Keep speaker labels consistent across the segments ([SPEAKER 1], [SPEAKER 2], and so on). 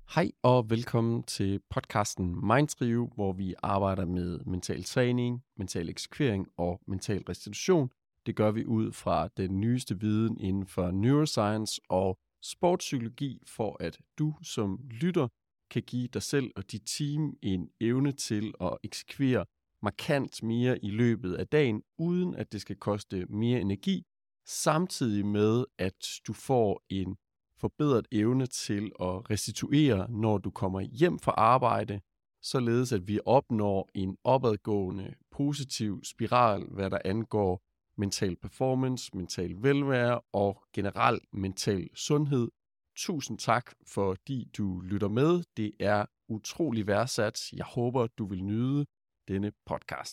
[SPEAKER 1] Hej og velkommen til podcasten Mindtrio, hvor vi arbejder med mental træning, mental eksekvering og mental restitution. Det gør vi ud fra den nyeste viden inden for neuroscience og sportspsykologi, for at du som lytter kan give dig selv og dit team en evne til at eksekvere markant mere i løbet af dagen, uden at det skal koste mere energi, samtidig med at du får en forbedret evne til at restituere, når du kommer hjem fra arbejde, således at vi opnår en opadgående positiv spiral, hvad der angår mental performance, mental velvære og generel mental sundhed. Tusind tak, fordi du lytter med. Det er utrolig værdsat. Jeg håber, du vil nyde denne podcast.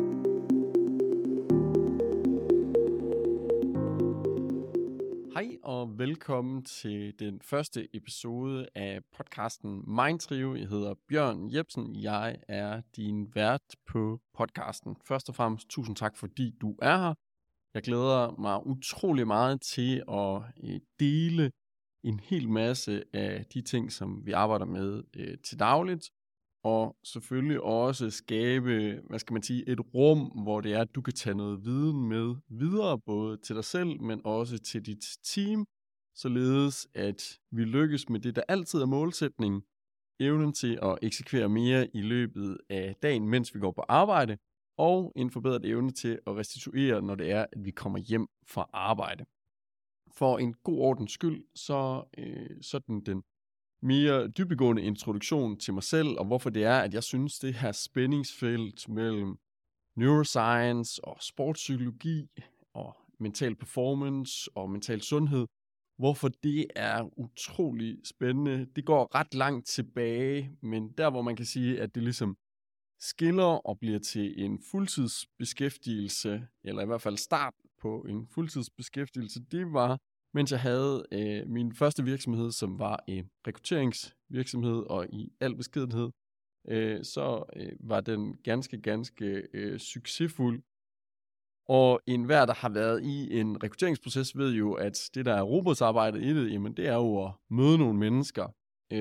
[SPEAKER 1] Hej og velkommen til den første episode af podcasten Mindtrio. Jeg hedder Bjørn Jepsen. Jeg er din vært på podcasten. Først og fremmest tusind tak, fordi du er her. Jeg glæder mig utrolig meget til at dele en hel masse af de ting, som vi arbejder med til dagligt. Og selvfølgelig også skabe, et rum, hvor det er, at du kan tage noget viden med videre, både til dig selv, men også til dit team, således at vi lykkes med det, der altid er målsætningen, evnen til at eksekvere mere i løbet af dagen, mens vi går på arbejde, og en forbedret evne til at restituere, når det er, at vi kommer hjem fra arbejde. For en god ordens skyld, så sådan den mere dybdegående introduktion til mig selv, og hvorfor det er, at jeg synes, det her spændingsfelt mellem neuroscience og sportspsykologi og mental performance og mental sundhed, hvorfor det er utrolig spændende. Det går ret langt tilbage, men der hvor man kan sige, at det ligesom skiller og bliver til en fuldtidsbeskæftigelse, eller i hvert fald start på en fuldtidsbeskæftigelse, det var mens jeg havde min første virksomhed, som var en rekrutteringsvirksomhed, og i al beskedenhed, så var den ganske succesfuld. Og enhver, der har været i en rekrutteringsproces, ved jo, at det der er robotsarbejdet i det, jamen det er jo at møde nogle mennesker.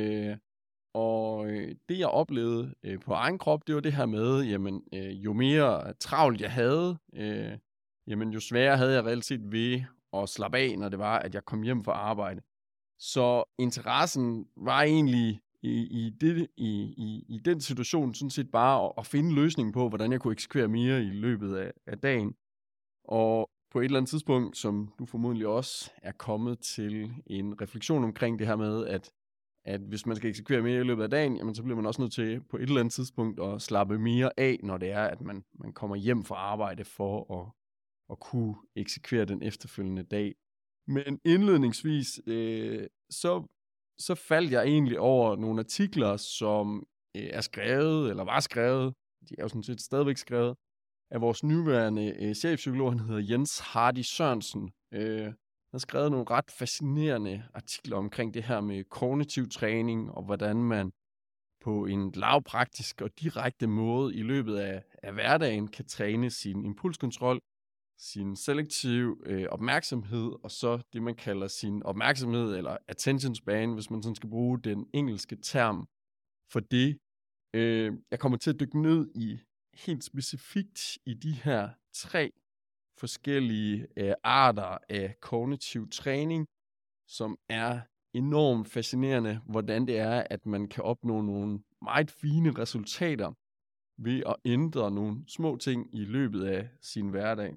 [SPEAKER 1] Det jeg oplevede på egen krop, det var det her med, jamen jo mere travlt jeg havde, jamen jo sværere havde jeg reelt set ved og slappe af, når det var, at jeg kom hjem fra arbejde. Så interessen var egentlig i den situation sådan set bare at finde løsningen på, hvordan jeg kunne eksekvere mere i løbet af dagen. Og på et eller andet tidspunkt, som du formodentlig også er kommet til en refleksion omkring det her med, at hvis man skal eksekvere mere i løbet af dagen, jamen så bliver man også nødt til på et eller andet tidspunkt at slappe mere af, når det er, at man kommer hjem fra arbejde for at kunne eksekvere den efterfølgende dag. Men indledningsvis, så faldt jeg egentlig over nogle artikler, som er skrevet, eller var skrevet, de er jo sådan set stadigvæk skrevet, af vores nuværende chefpsykolog, han hedder Jens Hardy Sørensen. Han har skrevet nogle ret fascinerende artikler omkring det her med kognitiv træning, og hvordan man på en lavpraktisk og direkte måde i løbet af hverdagen kan træne sin impulskontrol, sin selektiv opmærksomhed, og så det, man kalder sin opmærksomhed, eller attention span, hvis man sådan skal bruge den engelske term for det. Jeg kommer til at dykke ned i helt specifikt i de her 3 forskellige arter af kognitiv træning, som er enormt fascinerende, hvordan det er, at man kan opnå nogle meget fine resultater ved at ændre nogle små ting i løbet af sin hverdag.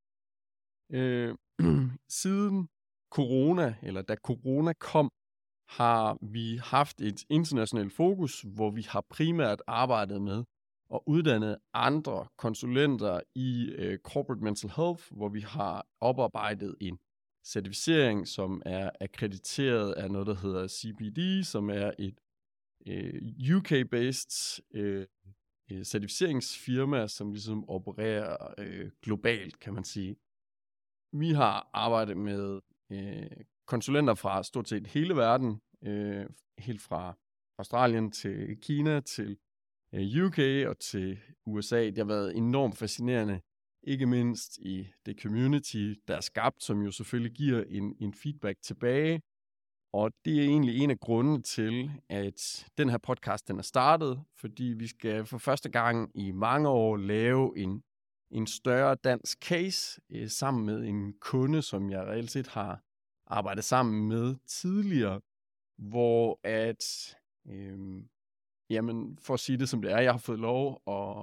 [SPEAKER 1] Siden corona, eller da corona kom, har vi haft et internationalt fokus, hvor vi har primært arbejdet med at uddanne andre konsulenter i corporate mental health, hvor vi har oparbejdet en certificering, som er akkrediteret af noget, der hedder CPD, som er et UK-based certificeringsfirma, som ligesom opererer globalt, kan man sige. Vi har arbejdet med konsulenter fra stort set hele verden, helt fra Australien til Kina til UK og til USA. Det har været enormt fascinerende, ikke mindst i det community, der er skabt, som jo selvfølgelig giver en feedback tilbage. Og det er egentlig en af grundene til, at den her podcast den er startet, fordi vi skal for første gang i mange år lave en større dansk case sammen med en kunde, som jeg reelt set har arbejdet sammen med tidligere, hvor at, jamen for at sige det som det er, jeg har fået lov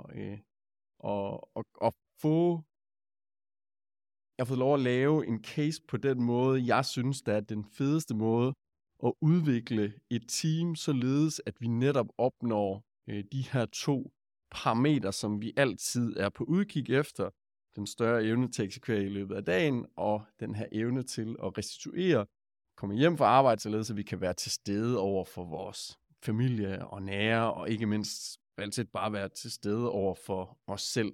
[SPEAKER 1] at få Jeg har fået lov at lave en case på den måde, jeg synes, der er den fedeste måde at udvikle et team, således at vi netop opnår de her 2 parametre, som vi altid er på udkig efter. Den større evne til at eksekvere i løbet af dagen, og den her evne til at restituere, komme hjem fra arbejde, således at vi kan være til stede over for vores familie og nære, og ikke mindst altid bare være til stede over for os selv.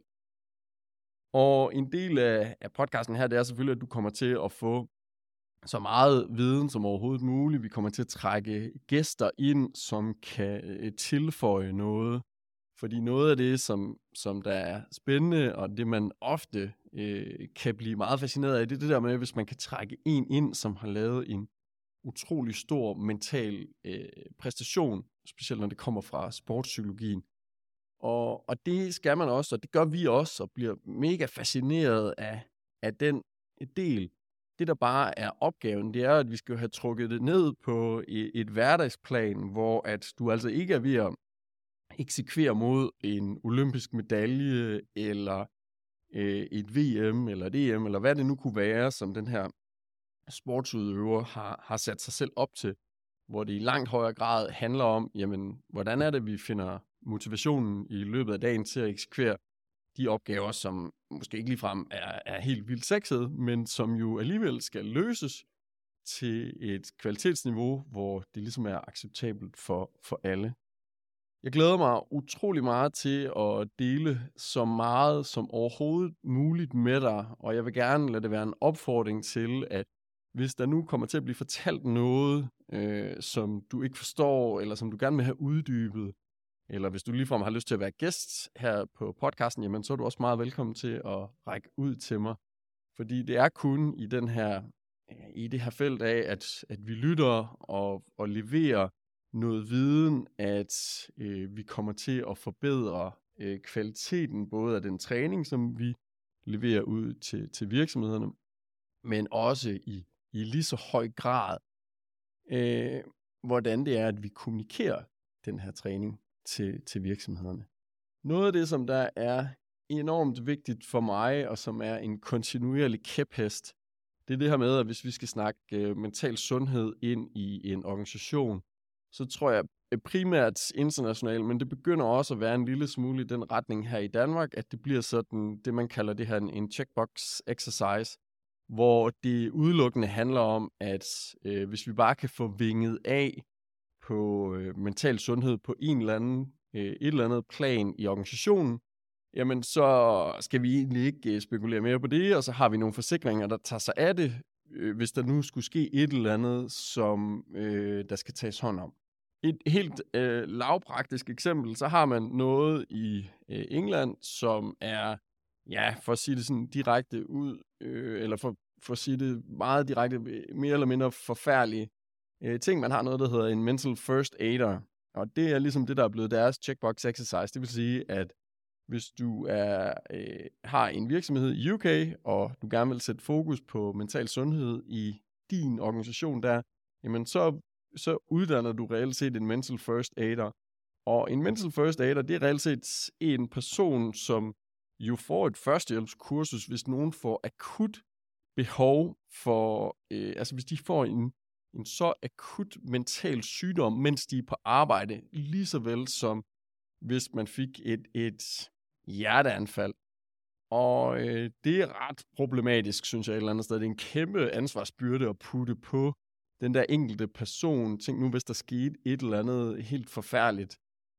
[SPEAKER 1] Og en del af podcasten her, det er selvfølgelig, at du kommer til at få så meget viden som overhovedet muligt. Vi kommer til at trække gæster ind, som kan tilføje noget. Fordi noget af det, som der er spændende, og det man ofte kan blive meget fascineret af, det er det der med, hvis man kan trække en ind, som har lavet en utrolig stor mental præstation, specielt når det kommer fra sportspsykologien. Og det skal man også, og det gør vi også, og bliver mega fascineret af den del. Det, der bare er opgaven, det er, at vi skal have trukket det ned på et hverdagsplan, hvor at du altså ikke er ved at eksekvere mod en olympisk medalje, eller et VM, eller et EM, eller hvad det nu kunne være, som den her sportsudøver har sat sig selv op til, hvor det i langt højere grad handler om, jamen, hvordan er det, vi finder motivationen i løbet af dagen til at eksekvere de opgaver, som måske ikke ligefrem er helt vildt sexede, men som jo alligevel skal løses til et kvalitetsniveau, hvor det ligesom er acceptabelt for alle. Jeg glæder mig utrolig meget til at dele så meget som overhovedet muligt med dig, og jeg vil gerne lade det være en opfordring til, at hvis der nu kommer til at blive fortalt noget, som du ikke forstår, eller som du gerne vil have uddybet, eller hvis du ligefrem har lyst til at være gæst her på podcasten, jamen så er du også meget velkommen til at række ud til mig. Fordi det er kun i det her felt af, at vi lytter og leverer noget viden, at vi kommer til at forbedre kvaliteten både af den træning, som vi leverer ud til virksomhederne, men også i lige så høj grad, hvordan det er, at vi kommunikerer den her træning til virksomhederne. Noget af det, som der er enormt vigtigt for mig, og som er en kontinuerlig kæphest, det er det her med, at hvis vi skal snakke mental sundhed ind i en organisation, så tror jeg primært internationalt, men det begynder også at være en lille smule i den retning her i Danmark, at det bliver sådan det, man kalder det her en checkbox exercise, hvor det udelukkende handler om, at hvis vi bare kan få vinget af på mental sundhed på et eller andet plan i organisationen, jamen så skal vi egentlig ikke spekulere mere på det, og så har vi nogle forsikringer, der tager sig af det, hvis der nu skulle ske et eller andet, som der skal tages hånd om. Et helt lavpraktisk eksempel, så har man noget i England, som er, ja, for at sige det sådan direkte ud, eller for at sige det meget direkte, mere eller mindre forfærdelige ting. Man har noget, der hedder en mental first aider, og det er ligesom det, der er blevet deres checkbox exercise. Det vil sige, at hvis du har en virksomhed i UK, og du gerne vil sætte fokus på mental sundhed i din organisation der, jamen så uddanner du reelt set en mental first aider. Og en mental first aider, det er reelt set en person, som jo får et førstehjælpskursus, hvis nogen får akut behov for, altså hvis de får en så akut mental sygdom, mens de er på arbejde, lige så vel som hvis man fik et hjerteanfald. Og det er ret problematisk, synes jeg et eller andet sted. Det er en kæmpe ansvarsbyrde at putte på den der enkelte person. Tænk nu, hvis der skete et eller andet helt forfærdeligt,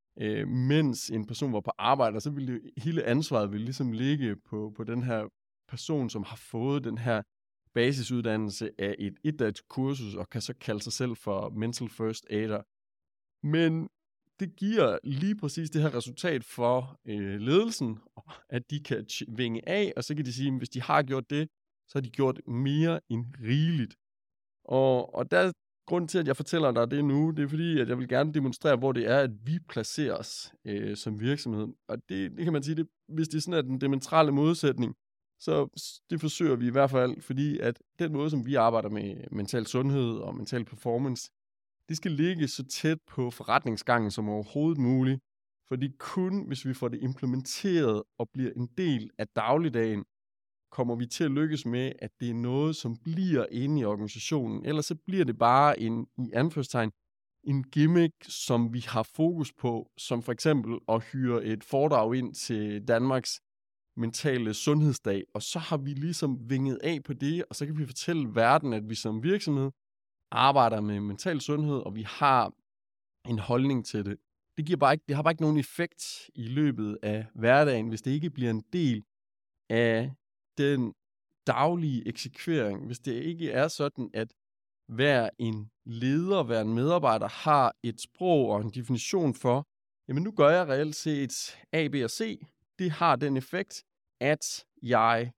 [SPEAKER 1] mens en person var på arbejde, så ville hele ansvaret ville ligesom ligge på den her person, som har fået den her basisuddannelse af et etdags kursus, og kan så kalde sig selv for mental first aider. Men det giver lige præcis det her resultat for ledelsen, at de kan vinge af, og så kan de sige, at hvis de har gjort det, så har de gjort mere end rigeligt. Og der Grunden til, at jeg fortæller dig det nu, det er fordi, at jeg vil gerne demonstrere, hvor det er, at vi placerer os som virksomhed. Og det kan man sige, hvis det er sådan, at den diametrale modsætning, så det forsøger vi i hvert fald, fordi at den måde, som vi arbejder med mental sundhed og mental performance, det skal ligge så tæt på forretningsgangen som overhovedet muligt. Fordi kun hvis vi får det implementeret og bliver en del af dagligdagen, kommer vi til at lykkes med, at det er noget, som bliver inde i organisationen. Ellers så bliver det bare i anførselstegn, en gimmick, som vi har fokus på, som for eksempel at hyre et foredrag ind til Danmarks mentale sundhedsdag, og så har vi ligesom vinget af på det, og så kan vi fortælle verden, at vi som virksomhed arbejder med mental sundhed, og vi har en holdning til det. Det har bare ikke nogen effekt i løbet af hverdagen, hvis det ikke bliver en del af den daglige eksekvering, hvis det ikke er sådan, at hver en leder, hver en medarbejder har et sprog og en definition for, jamen nu gør jeg reelt set A, B og C. Det har den effekt, at jeg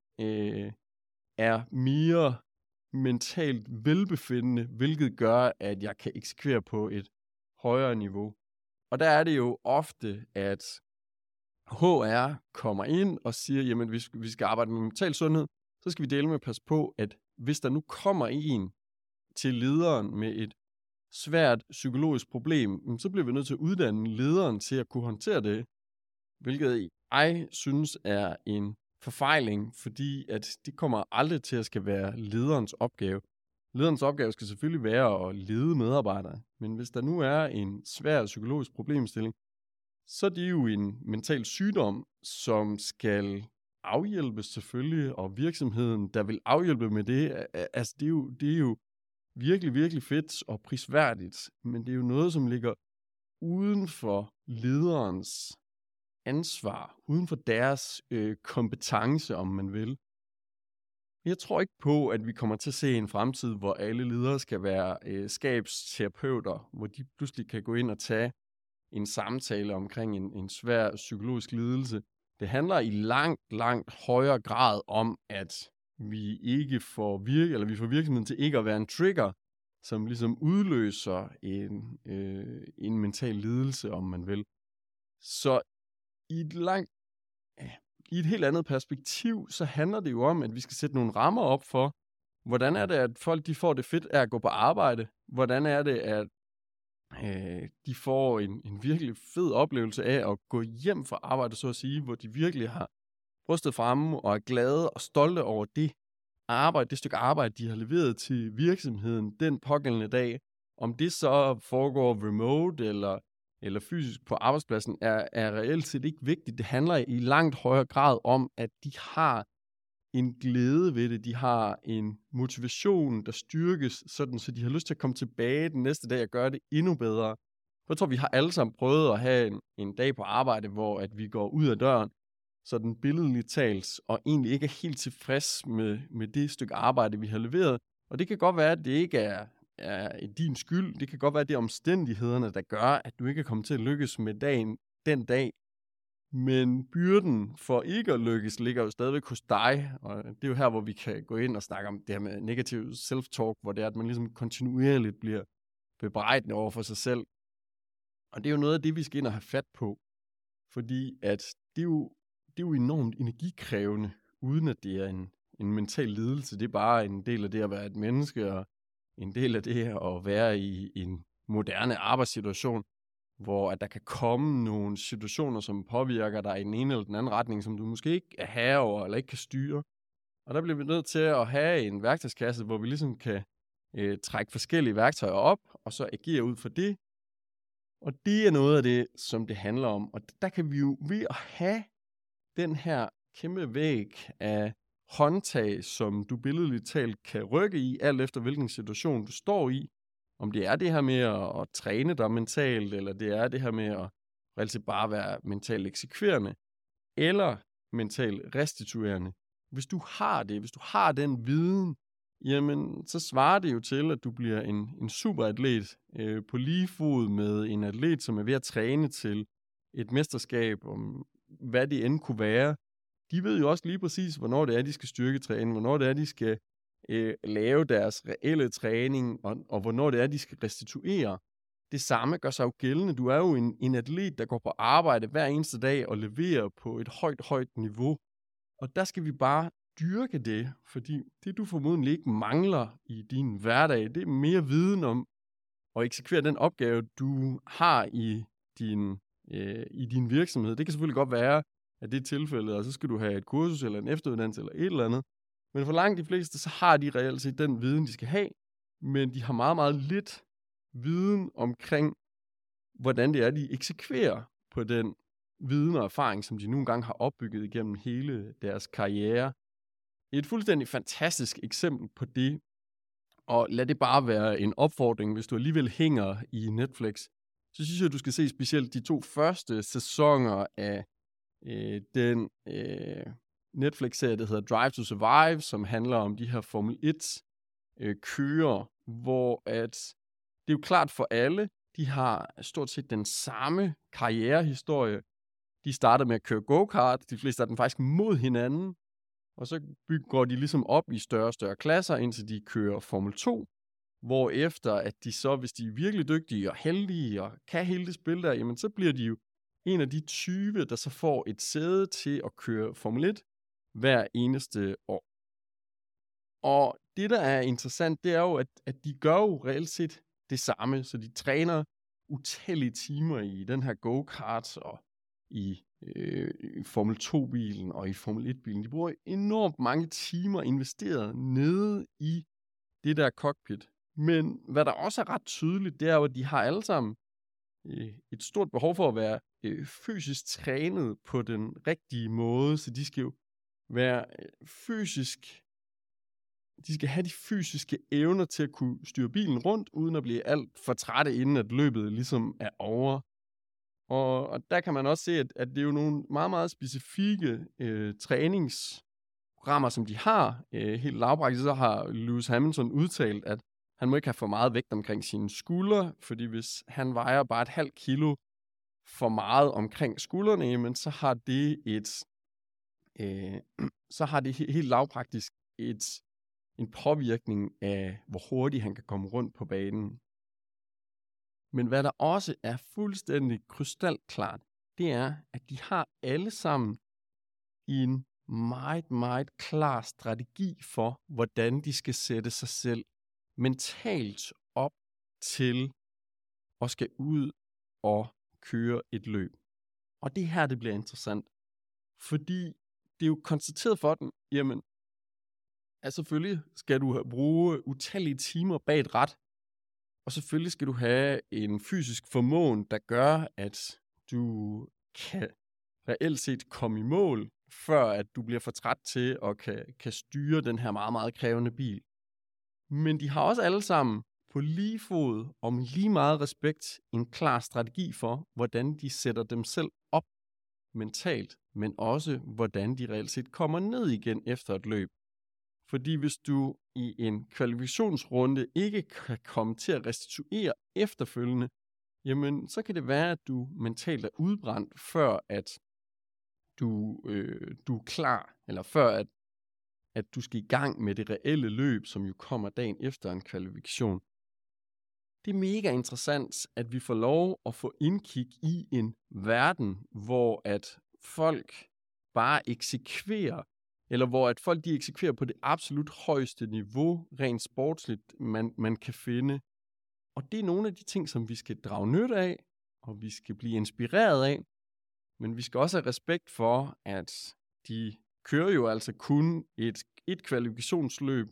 [SPEAKER 1] er mere mentalt velbefindende, hvilket gør, at jeg kan eksekvere på et højere niveau. Og der er det jo ofte, at HR kommer ind og siger, jamen hvis vi skal arbejde med mental sundhed, så skal vi dele med at passe på, at hvis der nu kommer en til lederen med et svært psykologisk problem, så bliver vi nødt til at uddanne lederen til at kunne håndtere det, hvilket jeg synes er en forfejling, fordi at det kommer aldrig til at skal være lederens opgave. Lederens opgave skal selvfølgelig være at lede medarbejdere, men hvis der nu er en svær psykologisk problemstilling, så er det jo en mental sygdom, som skal afhjælpes selvfølgelig, og virksomheden, der vil afhjælpe med det, altså det er jo virkelig, virkelig fedt og prisværdigt, men det er jo noget, som ligger uden for lederens ansvar, uden for deres kompetence, om man vil. Jeg tror ikke på, at vi kommer til at se en fremtid, hvor alle ledere skal være skabsterapeuter, hvor de pludselig kan gå ind og tage en samtale omkring en svær psykologisk lidelse. Det handler i langt højere grad om, at vi ikke får vi får virksomheden til ikke at være en trigger, som ligesom udløser en mental lidelse, om man vil. Så i et helt andet perspektiv, så handler det jo om, at vi skal sætte nogle rammer op for, hvordan er det, at folk de får det fedt af at gå på arbejde? Hvordan er det, at de får en virkelig fed oplevelse af at gå hjem fra arbejde, så at sige, hvor de virkelig har brystet fremme og er glade og stolte over det stykke arbejde, de har leveret til virksomheden den pågældende dag. Om det så foregår remote eller fysisk på arbejdspladsen, er reelt set ikke vigtigt. Det handler i langt højere grad om, at de har en glæde ved det. De har en motivation, der styrkes, sådan så de har lyst til at komme tilbage den næste dag og gøre det endnu bedre. For jeg tror, vi har alle sammen prøvet at have en dag på arbejde, hvor at vi går ud af døren, sådan billedligt talt, og egentlig ikke er helt tilfreds med det stykke arbejde, vi har leveret. Og det kan godt være, at det ikke er din skyld. Det kan godt være, at det er omstændighederne, der gør, at du ikke er kommet til at lykkes med dagen den dag. Men byrden for ikke at lykkes ligger jo stadigvæk hos dig, og det er jo her, hvor vi kan gå ind og snakke om det her med negativ self-talk, hvor det er, at man ligesom kontinuerligt bliver bebrejdende over for sig selv. Og det er jo noget af det, vi skal ind og have fat på, fordi at det er jo enormt energikrævende, uden at det er en mental lidelse. Det er bare en del af det at være et menneske, og en del af det at være i en moderne arbejdssituation, hvor at der kan komme nogle situationer, som påvirker dig i den ene eller den anden retning, som du måske ikke er herre over, eller ikke kan styre. Og der bliver vi nødt til at have en værktøjskasse, hvor vi ligesom kan trække forskellige værktøjer op, og så agere ud for det. Og det er noget af det, som det handler om. Og der kan vi jo ved at have den her kæmpe væg af håndtag, som du billedligt talt kan rykke i, alt efter hvilken situation du står i. Om det er det her med at træne dig mentalt, eller det er det her med at reelt bare være mentalt eksekverende, eller mentalt restituerende. Hvis du har den viden, jamen så svarer det jo til, at du bliver en superatlet på lige fod med en atlet, som er ved at træne til et mesterskab, om hvad det end kunne være. De ved jo også lige præcis, hvornår det er, de skal styrketræne, hvornår det er, de skal lave deres reelle træning, og hvornår det er, de skal restituere. Det samme gør sig jo gældende. Du er jo en atlet, der går på arbejde hver eneste dag og leverer på et højt niveau. Og der skal vi bare dyrke det, fordi det du formodentlig ikke mangler i din hverdag, det er mere viden om at eksekvere den opgave, du har i din virksomhed. Det kan selvfølgelig godt være, at det er tilfældet, og så skal du have et kursus eller en efteruddannelse eller et eller andet. Men for langt de fleste, så har de reelt set den viden, de skal have, men de har meget, meget lidt viden omkring, hvordan det er, de eksekverer på den viden og erfaring, som de nogle gange har opbygget igennem hele deres karriere. Et fuldstændig fantastisk eksempel på det, og lad det bare være en opfordring, hvis du alligevel hænger i Netflix, så synes jeg, at du skal se specielt de 2 første sæsoner af den Netflix-serie, der hedder Drive to Survive, som handler om de her Formel 1-kører, hvor at det er jo klart for alle, de har stort set den samme karrierehistorie. De starter med at køre go-kart, de fleste af dem faktisk mod hinanden, og så går de ligesom op i større og større klasser, indtil de kører Formel 2, hvorefter at de så, hvis de er virkelig dygtige og heldige og kan hele det spil der, jamen så bliver de jo en af de 20, der så får et sæde til at køre Formel 1 hver eneste år. Og det, der er interessant, det er jo, at de gør jo reelt set det samme, så de træner utallige timer i den her go-kart og i Formel 2-bilen og i Formel 1-bilen. De bruger enormt mange timer investeret nede i det der cockpit. Men hvad der også er ret tydeligt, det er jo, at de har alle sammen et stort behov for at være fysisk trænet på den rigtige måde, så de skal jo være de skal have de fysiske evner til at kunne styre bilen rundt, uden at blive alt for trætte, inden at løbet ligesom er over. Og der kan man også se, at det er jo nogle meget, meget specifikke træningsprogrammer, som de har. Helt lavpraktisk så har Lewis Hamilton udtalt, at han må ikke have for meget vægt omkring sine skuldre, fordi hvis han vejer bare et halvt kilo for meget omkring skuldrene, jamen så har det helt lavpraktisk en påvirkning af, hvor hurtigt han kan komme rundt på banen. Men hvad der også er fuldstændig krystalklart, det er, at de har alle sammen en meget, meget klar strategi for, hvordan de skal sætte sig selv mentalt op til at skal ud og køre et løb. Og det her, det bliver interessant, fordi det er jo konstateret for dem, jamen, at selvfølgelig skal du bruge utallige timer bag et rat, og selvfølgelig skal du have en fysisk formåen, der gør, at du kan reelt set komme i mål, før at du bliver for træt til at kan styre den her meget, meget krævende bil. Men de har også alle sammen på lige fod og med lige meget respekt en klar strategi for, hvordan de sætter dem selv op mentalt, men også hvordan de reelt set kommer ned igen efter et løb. Fordi hvis du i en kvalifikationsrunde ikke kan komme til at restituere efterfølgende, jamen så kan det være, at du mentalt er udbrændt, før at du er klar, eller før at du skal i gang med det reelle løb, som jo kommer dagen efter en kvalifikation. Det er mega interessant, at vi får lov at få indkig i en verden, hvor at folk bare eksekverer, eller hvor at folk de eksekverer på det absolut højeste niveau, rent sportsligt, man kan finde. Og det er nogle af de ting, som vi skal drage nytte af, og vi skal blive inspireret af. Men vi skal også have respekt for, at de kører jo altså kun et kvalifikationsløb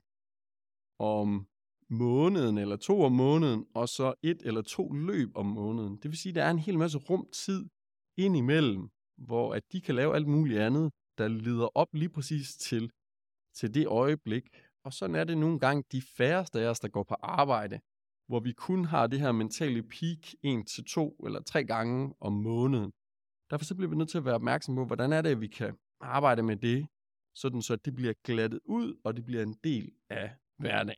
[SPEAKER 1] om måneden eller 2 om måneden, og så 1 eller 2 løb om måneden. Det vil sige, at der er en hel masse rumtid indimellem, hvor at de kan lave alt muligt andet, der leder op lige præcis til det øjeblik. Og sådan er det nogle gange de færreste af os, der går på arbejde, hvor vi kun har det her mentale peak 1 til 2 eller 3 gange om måneden. Derfor så bliver vi nødt til at være opmærksom på, hvordan er det, at vi kan arbejde med det, sådan så det bliver glattet ud, og det bliver en del af hverdagen.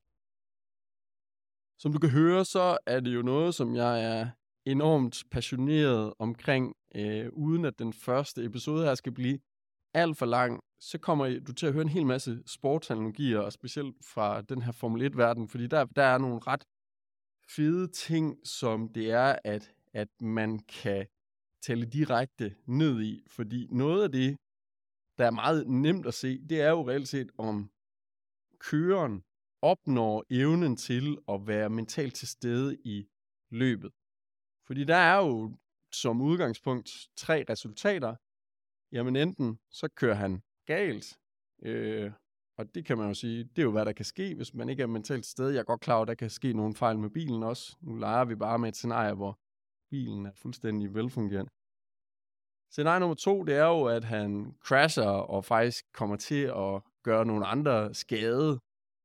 [SPEAKER 1] Som du kan høre, så er det jo noget, som jeg er enormt passioneret omkring, uden at den første episode her skal blive alt for lang, så kommer du til at høre en hel masse sportsanalogier, og specielt fra den her Formel 1-verden, fordi der er nogle ret fede ting, som det er, at man kan tale direkte ned i. Fordi noget af det, der er meget nemt at se, det er jo reelt set, om køreren opnår evnen til at være mentalt til stede i løbet. Fordi der er jo som udgangspunkt 3 resultater. Jamen enten så kører han galt, og det kan man jo sige, det er jo hvad der kan ske, hvis man ikke er mentalt til stede. Jeg er godt klar over, at der kan ske nogle fejl med bilen også. Nu leger vi bare med et scenarie, hvor bilen er fuldstændig velfungerende. Scenarie nummer 2, det er jo, at han crasher og faktisk kommer til at gøre nogle andre skade.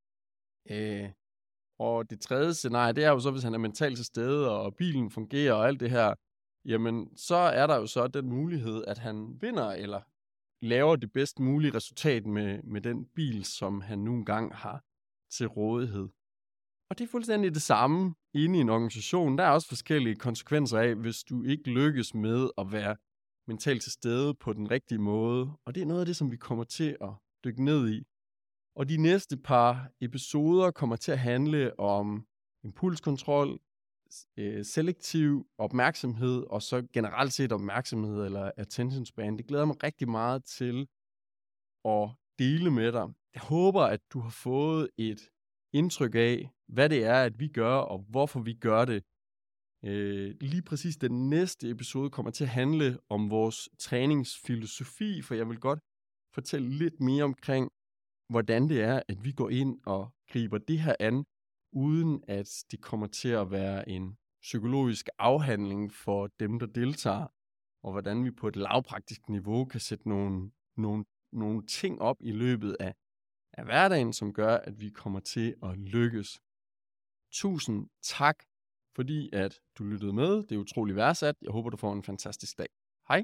[SPEAKER 1] Og det tredje scenarie, det er jo så, hvis han er mentalt til stede, og bilen fungerer og alt det her, jamen så er der jo så den mulighed, at han vinder, eller laver det bedst mulige resultat med den bil, som han nu engang har til rådighed. Og det er fuldstændig det samme inde i en organisation. Der er også forskellige konsekvenser af, hvis du ikke lykkes med at være mentalt til stede på den rigtige måde. Og det er noget af det, som vi kommer til at dykke ned i. Og de næste par episoder kommer til at handle om impulskontrol, selektiv opmærksomhed, og så generelt set opmærksomhed eller attention span. Det glæder mig rigtig meget til at dele med dig. Jeg håber, at du har fået et indtryk af, hvad det er, at vi gør, og hvorfor vi gør det. Lige præcis den næste episode kommer til at handle om vores træningsfilosofi, for jeg vil godt fortælle lidt mere omkring, hvordan det er, at vi går ind og griber det her an, uden at det kommer til at være en psykologisk afhandling for dem, der deltager, og hvordan vi på et lavpraktisk niveau kan sætte nogle ting op i løbet af hverdagen, som gør, at vi kommer til at lykkes. Tusind tak, fordi at du lyttede med. Det er utrolig værdsat. Jeg håber, du får en fantastisk dag. Hej.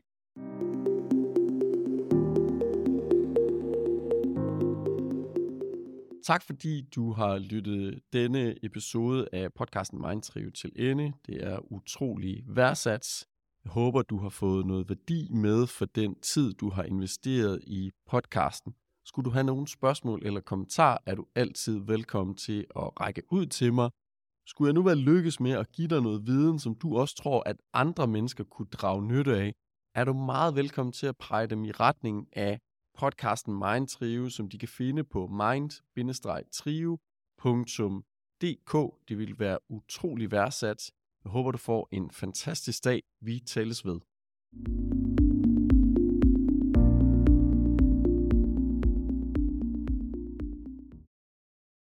[SPEAKER 1] Tak fordi du har lyttet denne episode af podcasten Mindtrive til ende. Det er utrolig værdsat. Jeg håber, du har fået noget værdi med for den tid, du har investeret i podcasten. Skulle du have nogle spørgsmål eller kommentarer, er du altid velkommen til at række ud til mig. Skulle jeg nu være lykkes med at give dig noget viden, som du også tror, at andre mennesker kunne drage nytte af, er du meget velkommen til at pege dem i retning af podcasten Mindtrive, som de kan finde på mind-trive.dk. Det vil være utrolig værdsat. Jeg håber, du får en fantastisk dag. Vi tales ved.